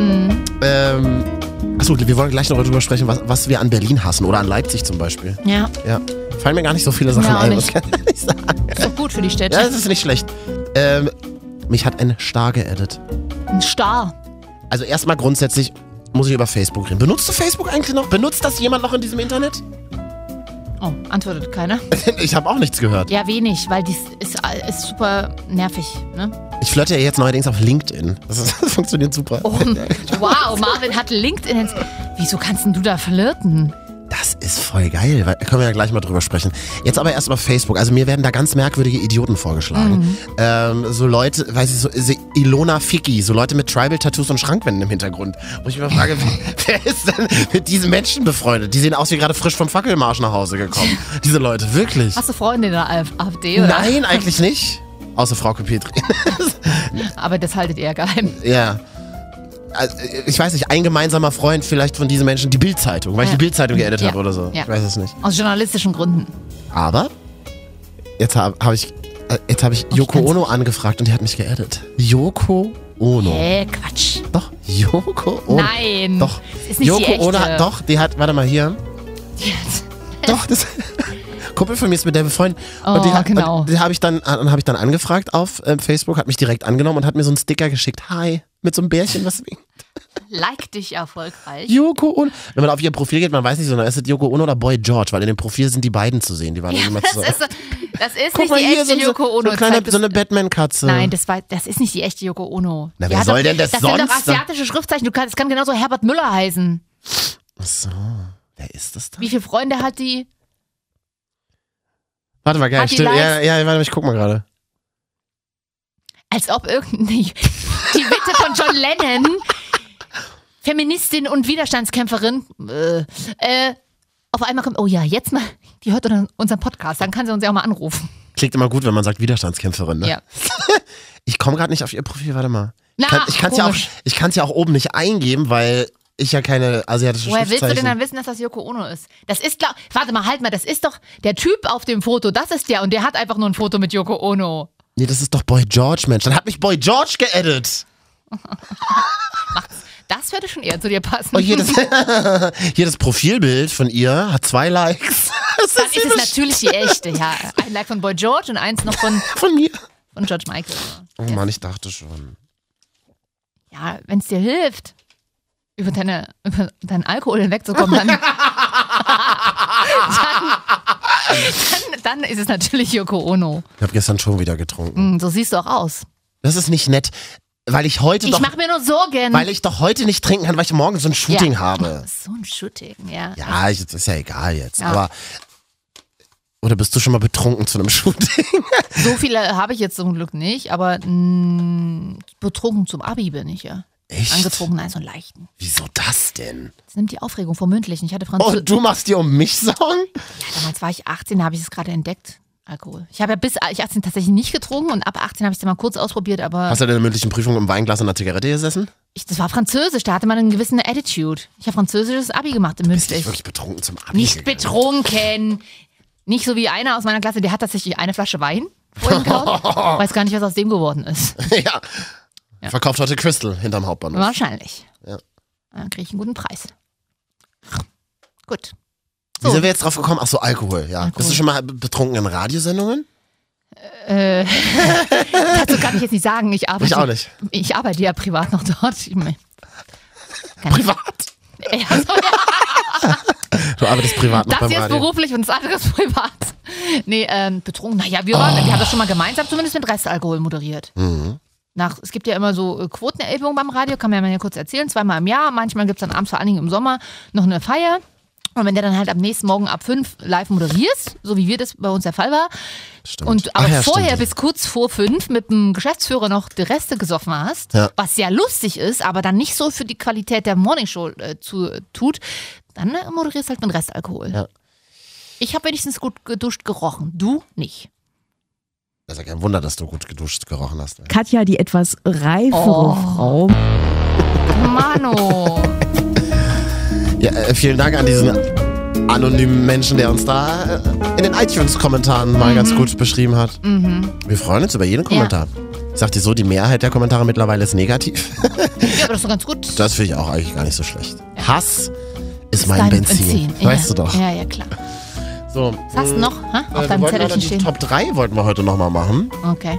Achso, wir wollen gleich noch darüber sprechen, was wir an Berlin hassen oder an Leipzig zum Beispiel. Ja, Ja. Fallen mir gar nicht so viele Sachen auch ein, nicht. das kann ich nicht sagen. ist doch gut für die Städte. Ja, das ist nicht schlecht. Mich hat ein Star geaddet. Ein Star. Also erstmal grundsätzlich muss ich über Facebook reden. Benutzt du Facebook eigentlich noch? Benutzt das jemand noch in diesem Internet? Oh, antwortet keiner. Ich habe auch nichts gehört. Ja, wenig, weil dies ist super nervig. Ne? Ich flirte ja jetzt neuerdings auf LinkedIn. Das funktioniert super. Oh, wow, Marvin hat LinkedIn. Wieso kannst denn du da flirten? Das ist voll geil. Da können wir ja gleich mal drüber sprechen. Jetzt aber erst mal Facebook. Also mir werden da ganz merkwürdige Idioten vorgeschlagen. So Leute, weiß ich, so Ilona Ficky, so Leute mit Tribal-Tattoos und Schrankwänden im Hintergrund. Wo ich mir frage, wer ist denn mit diesen Menschen befreundet? Die sehen aus wie gerade frisch vom Fackelmarsch nach Hause gekommen. Diese Leute, wirklich. Hast du Freunde in der AfD, oder? Nein, eigentlich nicht. Außer Frauke Petri. Aber das haltet ihr geheim. Ja. Also, ich weiß nicht, ein gemeinsamer Freund vielleicht von diesen Menschen, die Bild-Zeitung, weil ich Ja. die Bild-Zeitung geedit Ja. habe oder so. Ja. Ich weiß es nicht. Aus journalistischen Gründen. Aber jetzt hab ich Yoko kann's Ono angefragt und die hat mich geedit. Yoko Ono. Quatsch. Doch, Yoko Ono. Nein. Doch. Das ist nicht Yoko die echte. Ono hat, doch, die hat, warte mal hier. Doch, das Kumpel von mir ist mit der befreundet. Oh, genau. Und die habe ich dann angefragt auf Facebook, hat mich direkt angenommen und hat mir so einen Sticker geschickt. Hi, mit so einem Bärchen, was winkt. Like dich erfolgreich. Yoko Ono. Wenn man auf ihr Profil geht, man weiß nicht so, ist es Yoko Ono oder Boy George, weil in dem Profil sind die beiden zu sehen. Die waren immer Das zusammen. ist Guck nicht mal die hier, echte Yoko Ono. so eine Batman-Katze. Nein, das ist nicht die echte Yoko Ono. Na, Die wer hat soll doch, denn das sind sonst? doch asiatische Schriftzeichen. Das kann genauso Herbert Müller heißen. Ach so, wer ist das da? Wie viele Freunde hat die? Warte mal, geil, Hat die stimmt. Likes? Ja, warte mal, ich guck mal gerade. Als ob die Witte von John Lennon, Feministin und Widerstandskämpferin, auf einmal kommt, oh ja, jetzt mal, die hört unseren Podcast, dann kann sie uns ja auch mal anrufen. Klingt immer gut, wenn man sagt Widerstandskämpferin, ne? Ja. Ich komme gerade nicht auf ihr Profil, warte mal. Na, Ich kann es ja auch oben nicht eingeben, weil ich ja keine asiatische Woher willst du Schriftzeichen... denn dann wissen, dass das Yoko Ono ist? Das ist, warte mal, halt mal, das ist doch der Typ auf dem Foto, das ist der und der hat einfach nur ein Foto mit Yoko Ono. Nee, das ist doch Boy George, Mensch. Dann hat mich Boy George geedit. Das würde schon eher zu dir passen. Oh, hier das Profilbild von ihr hat 2 Likes. Dann ist es natürlich die echte, ja. Ein Like von Boy George und eins noch von mir. George Michael. Oh Mann, ich dachte schon. Ja, wenn es dir hilft, über deinen Alkohol hinwegzukommen, dann ist es natürlich Yoko Ono. Ich habe gestern schon wieder getrunken. So siehst du auch aus. Das ist nicht nett, weil ich mache mir nur Sorgen. weil ich doch heute nicht trinken kann, weil ich morgen so ein Shooting habe. So ein Shooting, ja. Ja, das ist ja egal jetzt. Ja. Aber oder bist du schon mal betrunken zu einem Shooting? So viele habe ich jetzt zum Glück nicht, aber betrunken zum Abi bin ich ja. Echt? Angetrunken, nein, so einen leichten. Wieso das denn? Das nimmt die Aufregung vom Mündlichen. Ich hatte Oh, du machst dir um mich Sorgen? Ja, damals war ich 18, da habe ich es gerade entdeckt. Alkohol. Ich habe ja bis ich 18 tatsächlich nicht getrunken und ab 18 habe ich es mal kurz ausprobiert, aber Hast du in der mündlichen Prüfung im Weinglas und einer Zigarette gesessen? das war Französisch, da hatte man eine gewisse Attitude. Ich habe französisches Abi gemacht im Bist du Mündlich. wirklich betrunken zum Abi Nicht gegangen? betrunken. Nicht so wie einer aus meiner Klasse, der hat tatsächlich eine Flasche Wein vorhin gehauen. Weiß gar nicht, was aus dem geworden ist. Ja. Verkauft heute Crystal hinterm Hauptbahnhof. Wahrscheinlich. Ja. Dann kriege ich einen guten Preis. Gut. Wie sind wir jetzt drauf gekommen? Ach so, Alkohol, ja. Alkohol. Bist du schon mal betrunken in Radiosendungen? Dazu kann ich jetzt nicht sagen. Ich auch nicht. Ich arbeite ja privat noch dort. Privat? Ja, so, ja. Du arbeitest privat noch Das beim hier ist Radio. beruflich und das andere ist privat. Nee, betrunken. Naja, wir haben das schon mal gemeinsam zumindest mit Restalkohol moderiert. Es gibt ja immer so Quotenerhebungen beim Radio, kann man ja mal kurz erzählen, 2-mal im Jahr. Manchmal gibt es dann abends, vor allen Dingen im Sommer, noch eine Feier. Und wenn der dann halt am nächsten Morgen ab 5 live moderierst, so wie wir das bei uns der Fall war, Stimmt. aber Ja, vorher stimmt. bis kurz vor 5 mit dem Geschäftsführer noch die Reste gesoffen hast, was ja lustig ist, aber dann nicht so für die Qualität der Morningshow tut, dann moderierst halt mit Restalkohol. Ja. Ich habe wenigstens gut geduscht gerochen, du nicht. Das ist ja kein Wunder, dass du gut geduscht gerochen hast. Katja, die etwas reifere Frau. Mano. Ja, vielen Dank an diesen anonymen Menschen, der uns da in den iTunes-Kommentaren mal ganz gut beschrieben hat. Wir freuen uns über jeden Kommentar. Ich sag dir so, die Mehrheit der Kommentare mittlerweile ist negativ. Ja, aber das ist doch ganz gut. Das finde ich auch eigentlich gar nicht so schlecht. Hass ist mein Benzin. Weißt du doch. Ja, klar. So, Was hast du noch auf wir deinem wollten Zettelchen die stehen? Top 3 wollten wir heute nochmal machen. Okay.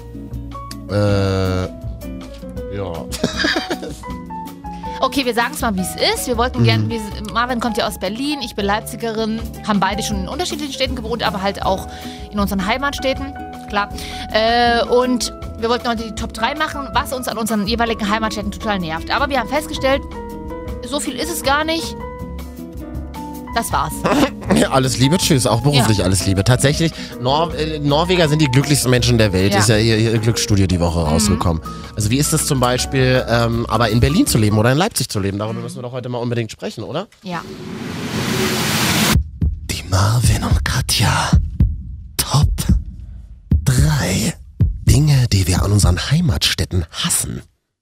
Ja. Okay, wir sagen es mal, wie es ist. Wir wollten gerne, Marvin kommt ja aus Berlin, ich bin Leipzigerin, haben beide schon in unterschiedlichen Städten gewohnt, aber halt auch in unseren Heimatstädten, klar. Und wir wollten heute die Top 3 machen, was uns an unseren jeweiligen Heimatstädten total nervt. Aber wir haben festgestellt, so viel ist es gar nicht. Das war's. Ja, alles Liebe, tschüss. Auch beruflich alles Liebe. Tatsächlich, Norweger sind die glücklichsten Menschen der Welt. Ja. Ist ja ihr Glücksstudie die Woche rausgekommen. Also wie ist es zum Beispiel, aber in Berlin zu leben oder in Leipzig zu leben? Darüber müssen wir doch heute mal unbedingt sprechen, oder? Ja. Die Marvin und Katja. Top 3 Dinge, die wir an unseren Heimatstädten hassen.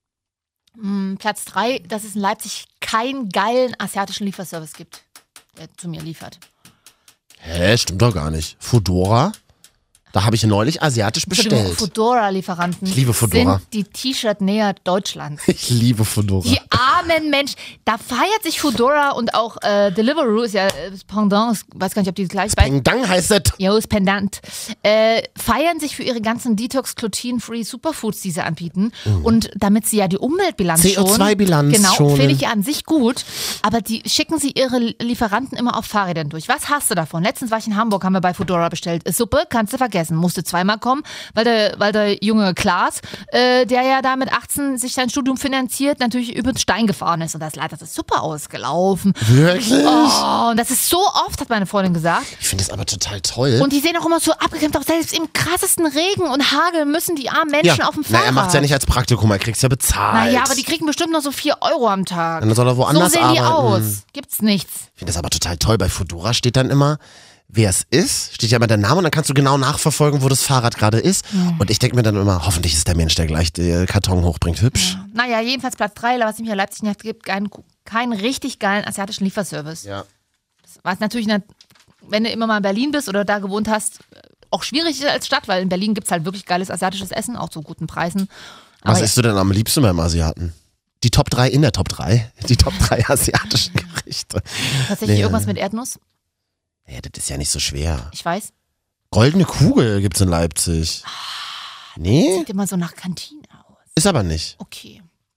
Platz 3, dass es in Leipzig keinen geilen asiatischen Lieferservice gibt, der zu mir liefert. Hä, stimmt doch gar nicht. Foodora? Da habe ich neulich asiatisch bestellt. Foodora-Lieferanten Ich liebe Foodora. sind die T-Shirt-Näher Deutschlands. Ich liebe Foodora. Die armen Menschen. Da feiert sich Foodora und auch Deliveroo ist ja das Pendant, ich weiß gar nicht, ob die gleich bei. Peng heißt das. Jo, ist Pendant. Feiern sich für ihre ganzen Detox-Glutin-Free Superfoods, die sie anbieten. Und damit sie ja die Umweltbilanz CO2-Bilanz genau, schonen. finde ich ja an sich gut. Aber die schicken sie ihre Lieferanten immer auf Fahrrädern durch. Was hast du davon? Letztens war ich in Hamburg, haben wir bei Foodora bestellt. Suppe, kannst du vergessen. Musste 2-mal kommen, weil der junge Klaas, der ja da mit 18 sich sein Studium finanziert, natürlich über den Stein gefahren ist. Und das ist super ausgelaufen. Wirklich? Oh, und das ist so oft, hat meine Freundin gesagt. Ich finde das aber total toll. Und die sehen auch immer so abgekämpft aus. Selbst im krassesten Regen und Hagel müssen die armen Menschen auf dem Fahrrad. Na, er macht es ja nicht als Praktikum, er kriegt es ja bezahlt. Naja, aber die kriegen bestimmt noch so 4 Euro am Tag. Dann soll er woanders so sehen die arbeiten. aus. Gibt's nichts. Ich finde das aber total toll. Bei Foodora steht dann immer, wer es ist, steht ja immer der Name und dann kannst du genau nachverfolgen, wo das Fahrrad gerade ist. Und ich denke mir dann immer, hoffentlich ist der Mensch, der gleich den Karton hochbringt, hübsch. Ja. Naja, jedenfalls Platz 3, was mich in Leipzig nicht gibt, keinen richtig geilen asiatischen Lieferservice. Ja. Was natürlich, wenn du immer mal in Berlin bist oder da gewohnt hast, auch schwierig ist als Stadt, weil in Berlin gibt es halt wirklich geiles asiatisches Essen, auch zu guten Preisen. Was Aber isst du denn am liebsten beim Asiaten? Die Top 3 in der Top 3. Die Top 3 asiatischen Gerichte. tatsächlich Nee. irgendwas mit Erdnuss? Ja, das ist ja nicht so schwer. Ich weiß. Goldene Kugel gibt's in Leipzig. Nee, Sieht immer so nach Kantine aus. ist aber nicht. Okay.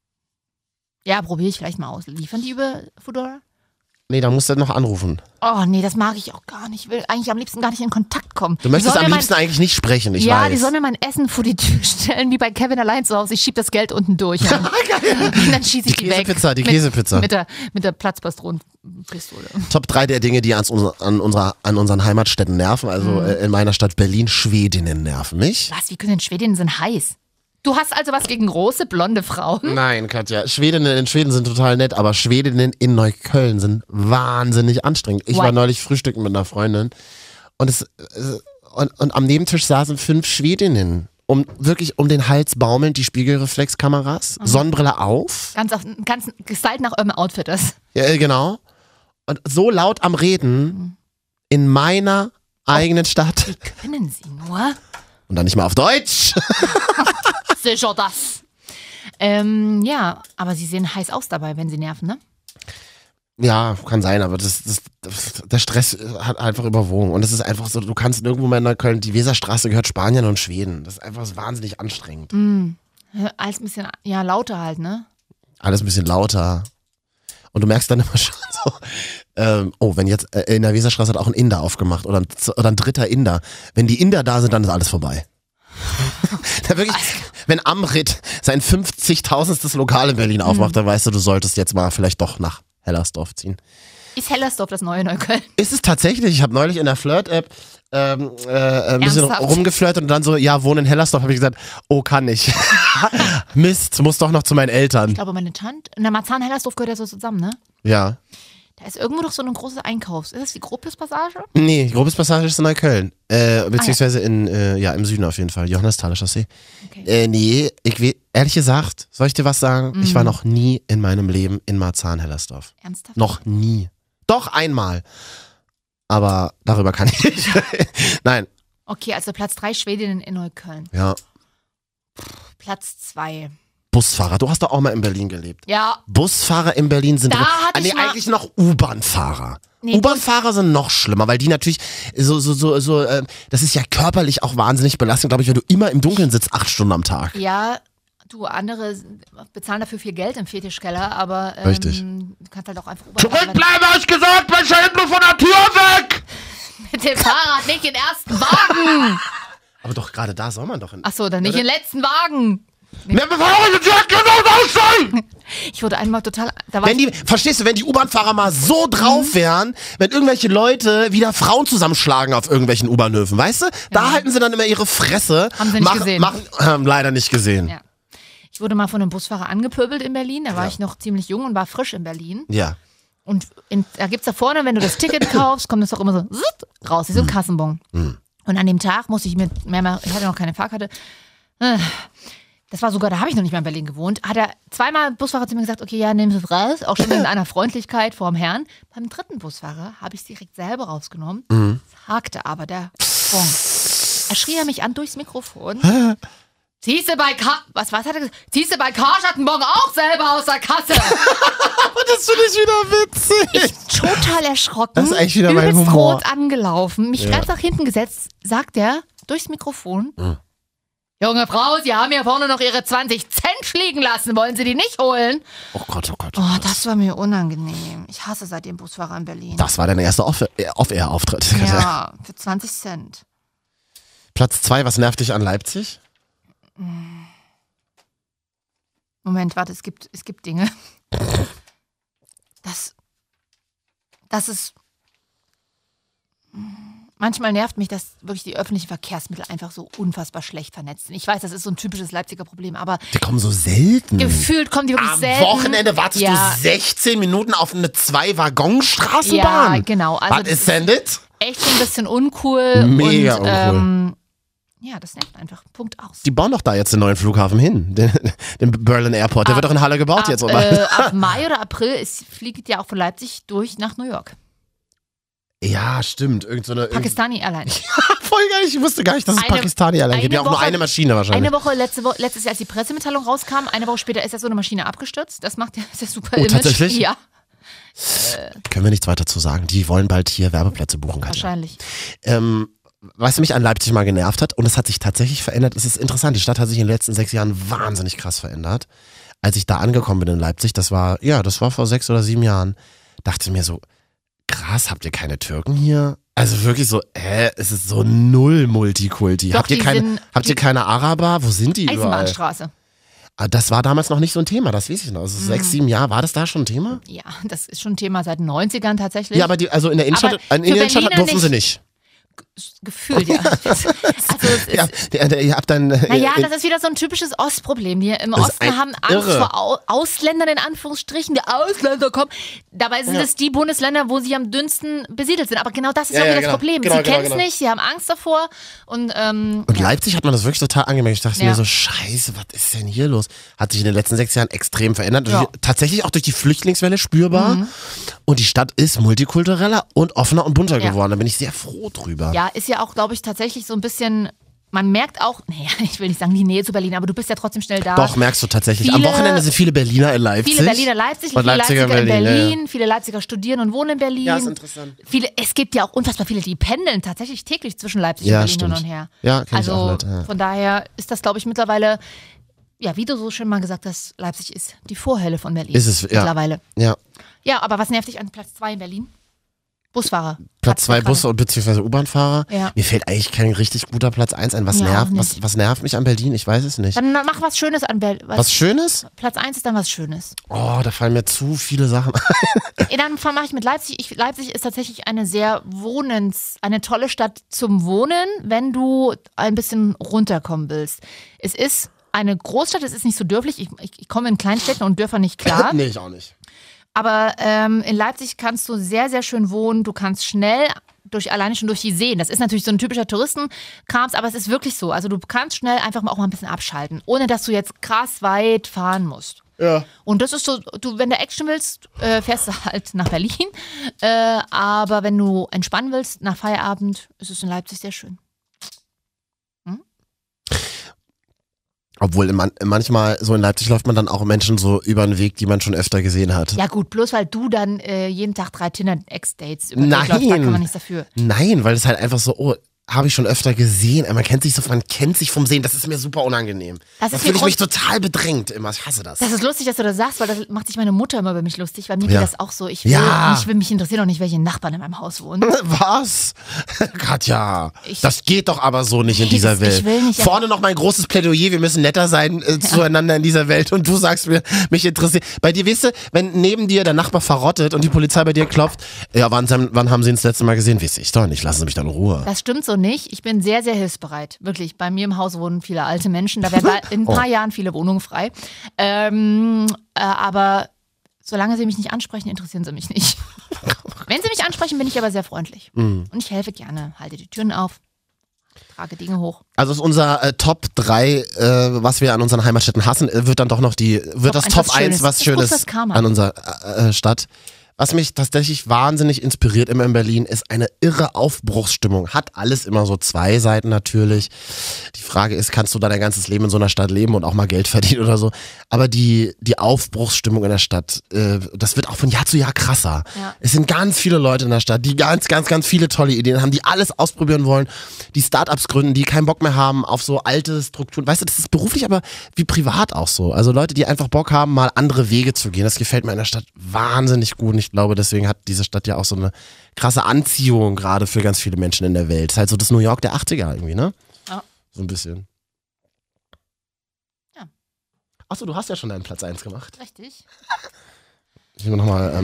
Ja, probiere ich vielleicht mal aus. Liefern die über Foodora? Nee, da musst du noch anrufen. Oh nee, das mag ich auch gar nicht. Ich will eigentlich am liebsten gar nicht in Kontakt kommen. Du möchtest Die sollen am mir liebsten eigentlich nicht sprechen, ich ja, weiß. die sollen mir mein Essen vor die Tür stellen, wie bei Kevin allein zu Hause. Ich schieb das Geld unten durch. Und dann schieße ich Die die weg. Käsepizza, die Käsepizza. Mit der Platzpastronenpistole. Top 3 der Dinge, die an unseren Heimatstädten nerven. Also in meiner Stadt Berlin, Schwedinnen nerven mich. Was, wie können denn Schwedinnen sind heiß? Du hast also was gegen große, blonde Frauen? Nein, Katja. Schwedinnen in Schweden sind total nett, aber Schwedinnen in Neukölln sind wahnsinnig anstrengend. Ich war neulich frühstücken mit einer Freundin und am Nebentisch saßen 5 Schwedinnen. Wirklich um den Hals baumelnd, die Spiegelreflexkameras, Sonnenbrille auf. Ganz gestylt nach eurem Outfit ist. Ja, genau. Und so laut am Reden in meiner eigenen Stadt. Wie können sie nur? Und dann nicht mal auf Deutsch. Sicher das. Ja, aber sie sehen heiß aus dabei, wenn sie nerven, ne? Ja, kann sein, aber der Stress hat einfach überwogen. Und es ist einfach so, du kannst nirgendwo mehr in Neukölln, die Weserstraße gehört Spanien und Schweden. Das ist einfach wahnsinnig anstrengend. Alles ein bisschen, lauter halt, ne? Alles ein bisschen lauter. Und du merkst dann immer schon so, wenn jetzt in der Weserstraße hat auch ein Inder aufgemacht oder ein dritter Inder. Wenn die Inder da sind, dann ist alles vorbei. Da wirklich, wenn Amrit sein 50.000. Lokal in Berlin aufmacht, dann weißt du solltest jetzt mal vielleicht doch nach Hellersdorf ziehen. Ist Hellersdorf das neue Neukölln? Ist es tatsächlich. Ich habe neulich in der Flirt-App ein bisschen rumgeflirtet und dann so, ja, wohne in Hellersdorf, habe ich gesagt, oh, kann ich. Mist, muss doch noch zu meinen Eltern. Ich glaube, meine Tante, Marzahn-Hellersdorf gehört ja so zusammen, ne? Ja. Da ist irgendwo doch so eine große Einkaufs... Ist das die Gropiuspassage? Nee, die Gropiuspassage ist in Neukölln. Beziehungsweise im Süden auf jeden Fall. Johannesthaler Chaussee. Okay. Nee, ehrlich gesagt, soll ich dir was sagen? Ich war noch nie in meinem Leben in Marzahn-Hellersdorf. Ernsthaft? Noch nie. Doch einmal. Aber darüber kann ich nicht. Nein. Okay, also Platz 3 Schwedinnen in Neukölln. Ja. Platz 2. Busfahrer. Du hast doch auch mal in Berlin gelebt. Ja. Busfahrer in Berlin sind eigentlich noch U-Bahn-Fahrer. Nee, U-Bahn-Fahrer sind noch schlimmer, weil die natürlich das ist ja körperlich auch wahnsinnig belastend, glaube ich, wenn du immer im Dunkeln sitzt, 8 Stunden am Tag. Ja, du, andere bezahlen dafür viel Geld im Fetischkeller, aber Richtig. Du kannst halt auch einfach U-Bahn Zurückbleiben, hab ich gesagt, Mensch, da hinten von der Tür weg! Mit dem Fahrrad, nicht in den ersten Wagen! Aber doch, gerade da soll man doch in... Achso, dann nicht in den letzten Wagen! Ich wurde einmal total... Verstehst du, wenn die U-Bahn-Fahrer mal so drauf wären, wenn irgendwelche Leute wieder Frauen zusammenschlagen auf irgendwelchen U-Bahnhöfen, weißt du? Da halten sie dann immer ihre Fresse. Haben sie nicht gesehen. Haben leider nicht gesehen. Ja. Ich wurde mal von einem Busfahrer angepöbelt in Berlin. Da war ich noch ziemlich jung und war frisch in Berlin. Ja. Und da gibt's da vorne, wenn du das Ticket kaufst, kommt das doch immer so raus, wie so ein Kassenbon. Und an dem Tag musste ich ich hatte noch keine Fahrkarte, das war sogar, da habe ich noch nicht mal in Berlin gewohnt, hat er zweimal Busfahrer zu mir gesagt, okay, ja, nehmen Sie es raus, auch schon in einer Freundlichkeit vorm Herrn. Beim dritten Busfahrer habe ich es direkt selber rausgenommen, es hakte aber der Bon. Er schrie mich an durchs Mikrofon. Ziehst du bei was hat er gesagt? Ziehst du bei Karstadt-Bon auch selber aus der Kasse? Aber das finde ich wieder witzig. Ich total erschrocken. Das ist eigentlich wieder mein Humor. Rot angelaufen, mich ganz nach hinten gesetzt, sagt er durchs Mikrofon. Junge Frau, Sie haben hier vorne noch Ihre 20 Cent liegen lassen. Wollen Sie die nicht holen? Oh Gott, oh Gott. Oh, das war mir unangenehm. Ich hasse seitdem Busfahrer in Berlin. Das war dein erster Off-Air-Auftritt. Ja, für 20 Cent. Platz 2, was nervt dich an Leipzig? Moment, warte, es gibt Dinge. Das ist... Manchmal nervt mich, dass wirklich die öffentlichen Verkehrsmittel einfach so unfassbar schlecht vernetzt sind. Ich weiß, das ist so ein typisches Leipziger Problem, aber... Die kommen so selten. Gefühlt kommen die wirklich selten. Am Wochenende wartest du 16 Minuten auf eine 2-Waggon-Straßenbahn. Ja, genau. Also was ist denn das? Echt so ein bisschen uncool. Mega uncool. Ja, das nervt einfach. Punkt aus. Die bauen doch da jetzt den neuen Flughafen hin, den Berlin Airport. Der wird doch in Halle gebaut jetzt, oder? Ab Mai oder April fliegt ja auch von Leipzig durch nach New York. Ja, stimmt. Pakistani Airlines. Voll geil. Ich wusste gar nicht, dass es Pakistani Airlines gibt. Ja, auch nur eine Maschine wahrscheinlich. Eine Woche, letztes Jahr, als die Pressemitteilung rauskam, eine Woche später ist ja so eine Maschine abgestürzt. Das macht ja das super Image. Tatsächlich? Ja. Können wir nichts weiter zu sagen. Die wollen bald hier Werbeplätze buchen. Wahrscheinlich. Was mich an Leipzig mal genervt hat, und es hat sich tatsächlich verändert, es ist interessant, die Stadt hat sich in den letzten 6 Jahren wahnsinnig krass verändert. Als ich da angekommen bin in Leipzig, das war vor 6 oder 7 Jahren, dachte ich mir so, krass, habt ihr keine Türken hier? Also wirklich so, es ist so null Multikulti. Doch, habt ihr keine Araber? Wo sind die überall? Eisenbahnstraße. Das war damals noch nicht so ein Thema, das weiß ich noch. Also 6, 7 Jahre, war das da schon ein Thema? Ja, das ist schon ein Thema seit den 90ern tatsächlich. Ja, aber in der Innenstadt, durften sie nicht. Gefühlt, ja. Ihr habt dann... Naja, das ist wieder so ein typisches Ostproblem. Die im Osten haben Angst vor Ausländern, in Anführungsstrichen. Die Ausländer kommen. Dabei sind es die Bundesländer, wo sie am dünnsten besiedelt sind. Aber genau das ist ja wieder das Problem. Sie kennen es nicht, sie haben Angst davor. Und Leipzig hat man das wirklich total angemerkt. Ich dachte mir so, scheiße, was ist denn hier los? Hat sich in den letzten 6 Jahren extrem verändert. Ja. Tatsächlich auch durch die Flüchtlingswelle spürbar. Und die Stadt ist multikultureller und offener und bunter geworden. Da bin ich sehr froh drüber. Ja, ist ja auch, glaube ich, tatsächlich so ein bisschen man merkt auch, naja, ich will nicht sagen die Nähe zu Berlin, aber du bist ja trotzdem schnell da. Doch, merkst du tatsächlich. Am Wochenende sind viele Berliner in Leipzig. Viele Berliner Leipzig, Und viele Leipziger in Berlin, ja. viele Leipziger studieren und wohnen in Berlin. Ja, ist interessant. Es gibt ja auch unfassbar viele, die pendeln tatsächlich täglich zwischen Leipzig Ja, und Berlin stimmt. hin und her. Ja, kenn ich also auch Leute, ja. von daher ist das, glaube ich, mittlerweile, ja, wie du so schön mal gesagt hast, Leipzig ist die Vorhölle von Berlin. Ist es, ja. Mittlerweile. Ja. Ja, aber was nervt dich an Platz 2 in Berlin? Busfahrer. Platz 2 Busse und beziehungsweise U-Bahn-Fahrer. Ja. Mir fällt eigentlich kein richtig guter Platz 1 ein. Was Ja, nervt? auch nicht. Was nervt mich an Berlin? Ich weiß es nicht. Dann mach was Schönes an Berlin. Was Schönes? Platz 1 ist dann was Schönes. Oh, da fallen mir zu viele Sachen ein. Dann mache ich mit Leipzig. Leipzig ist tatsächlich eine eine tolle Stadt zum Wohnen, wenn du ein bisschen runterkommen willst. Es ist eine Großstadt, es ist nicht so dörflich. Ich komme in Kleinstädten und Dörfern nicht klar. Nee, ich auch nicht. Aber in Leipzig kannst du sehr, sehr schön wohnen. Du kannst schnell alleine schon durch die Seen. Das ist natürlich so ein typischer Touristenkrams, aber es ist wirklich so. Also du kannst schnell einfach auch mal ein bisschen abschalten, ohne dass du jetzt krass weit fahren musst. Ja. Und das ist so, wenn du Action willst, fährst du halt nach Berlin. Aber wenn du entspannen willst, nach Feierabend, ist es in Leipzig sehr schön. Obwohl manchmal so in Leipzig läuft man dann auch Menschen so über den Weg, die man schon öfter gesehen hat. Ja gut, bloß weil du dann jeden Tag 3 Tinder-Ex-Dates über den Weg läufst, da kann man nichts dafür. Nein, weil es halt einfach so, habe ich schon öfter gesehen. Man kennt sich vom Sehen. Das ist mir super unangenehm. Das fühle ich mich total bedrängt immer. Ich hasse das. Das ist lustig, dass du das sagst, weil das macht sich meine Mutter immer über mich lustig, weil mir geht das auch so. Ich will mich interessiert auch nicht, welche Nachbarn in meinem Haus wohnen. Was? Katja, das geht doch aber so nicht in dieser Welt. Ich will nicht. Vorne noch mein großes Plädoyer, wir müssen netter sein zueinander in dieser Welt und du sagst mir, mich interessiert. Bei dir, weißt du, wenn neben dir der Nachbar verrottet und die Polizei bei dir klopft, ja, wann haben sie ihn das letzte Mal gesehen? Weiß ich doch nicht, lassen Sie mich dann in Ruhe. Das stimmt so nicht. Ich bin sehr, sehr hilfsbereit. Wirklich, bei mir im Haus wohnen viele alte Menschen. Da werden in ein paar Jahren viele Wohnungen frei. Aber solange sie mich nicht ansprechen, interessieren sie mich nicht. Wenn sie mich ansprechen, bin ich aber sehr freundlich. Und ich helfe gerne. Halte die Türen auf, trage Dinge hoch. Also ist unser Top 3, was wir an unseren Heimatstädten hassen, wird dann doch noch das Top 1 was Schönes an unserer Stadt. Was mich tatsächlich wahnsinnig inspiriert immer in Berlin, ist eine irre Aufbruchsstimmung. Hat alles immer so 2 Seiten natürlich. Die Frage ist, kannst du da dein ganzes Leben in so einer Stadt leben und auch mal Geld verdienen oder so? Aber die Aufbruchsstimmung in der Stadt, das wird auch von Jahr zu Jahr krasser. Ja. Es sind ganz viele Leute in der Stadt, die ganz, ganz, ganz viele tolle Ideen haben, die alles ausprobieren wollen, die Startups gründen, die keinen Bock mehr haben auf so alte Strukturen. Weißt du, das ist beruflich, aber wie privat auch so. Also Leute, die einfach Bock haben, mal andere Wege zu gehen. Das gefällt mir in der Stadt wahnsinnig gut. Ich glaube, deswegen hat diese Stadt ja auch so eine krasse Anziehung gerade für ganz viele Menschen in der Welt. Ist halt so das New York der 80er irgendwie, ne? Ja. So ein bisschen. Ja. Achso, du hast ja schon deinen Platz 1 gemacht. Richtig. Ich will nochmal,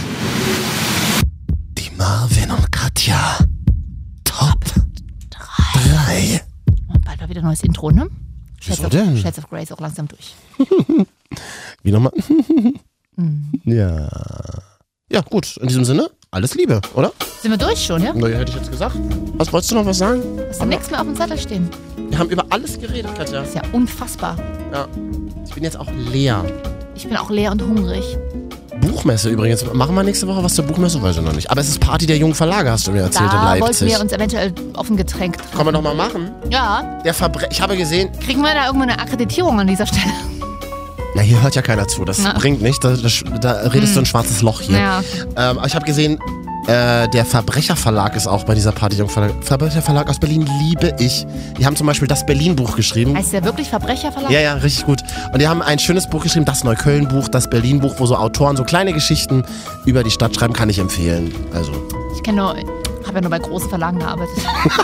die Marvin und Katja Top 3. Bald mal wieder ein neues Intro, ne? Wieso denn? Shades of Grey ist auch langsam durch. Wie nochmal? Ja. Ja, gut. In diesem Sinne, alles Liebe, oder? Sind wir durch schon, ja? Na ja, hätte ich jetzt gesagt. Was wolltest du noch was sagen? Hast du nichts mehr auf dem Zettel stehen? Wir haben über alles geredet, Katja. Das ist ja unfassbar. Ja. Ich bin jetzt auch leer. Ich bin auch leer und hungrig. Buchmesse übrigens. Machen wir nächste Woche was zur Buchmesse? Weiß ich noch nicht. Aber es ist Party der jungen Verlage, hast du mir erzählt, in Da Leipzig. wollten wir uns eventuell auf ein Getränk treffen. Können wir noch mal machen? Ja. Ich habe gesehen... Kriegen wir da irgendwo eine Akkreditierung an dieser Stelle? Na, hier hört ja keiner zu. Das bringt nicht. Da redest du ein schwarzes Loch hier. Ja. Aber ich habe gesehen, der Verbrecherverlag ist auch bei dieser Party. Verbrecherverlag aus Berlin liebe ich. Die haben zum Beispiel das Berlin-Buch geschrieben. Heißt der wirklich Verbrecherverlag? Ja, ja, richtig gut. Und die haben ein schönes Buch geschrieben, das Neukölln-Buch, das Berlin-Buch, wo so Autoren so kleine Geschichten über die Stadt schreiben, kann ich empfehlen. Also. Ich habe ja nur bei großen Verlagen gearbeitet.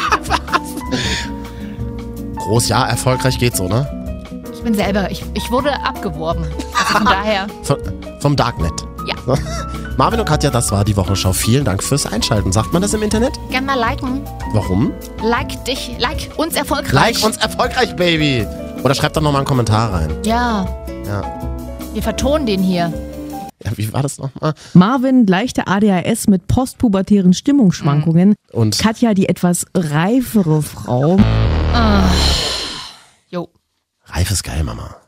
Groß, ja, erfolgreich geht's so, ne? Ich bin selber, ich wurde abgeworben. Also von daher. Vom Darknet. Ja. Marvin und Katja, das war die Wochenschau. Vielen Dank fürs Einschalten. Sagt man das im Internet? Gerne mal liken. Warum? Like uns erfolgreich. Like uns erfolgreich, Baby. Oder schreibt doch nochmal einen Kommentar rein. Ja. Wir vertonen den hier. Ja, wie war das nochmal? Marvin leichte ADHS mit postpubertären Stimmungsschwankungen. Und Katja die etwas reifere Frau. Jo. Reif ist geil, Mama.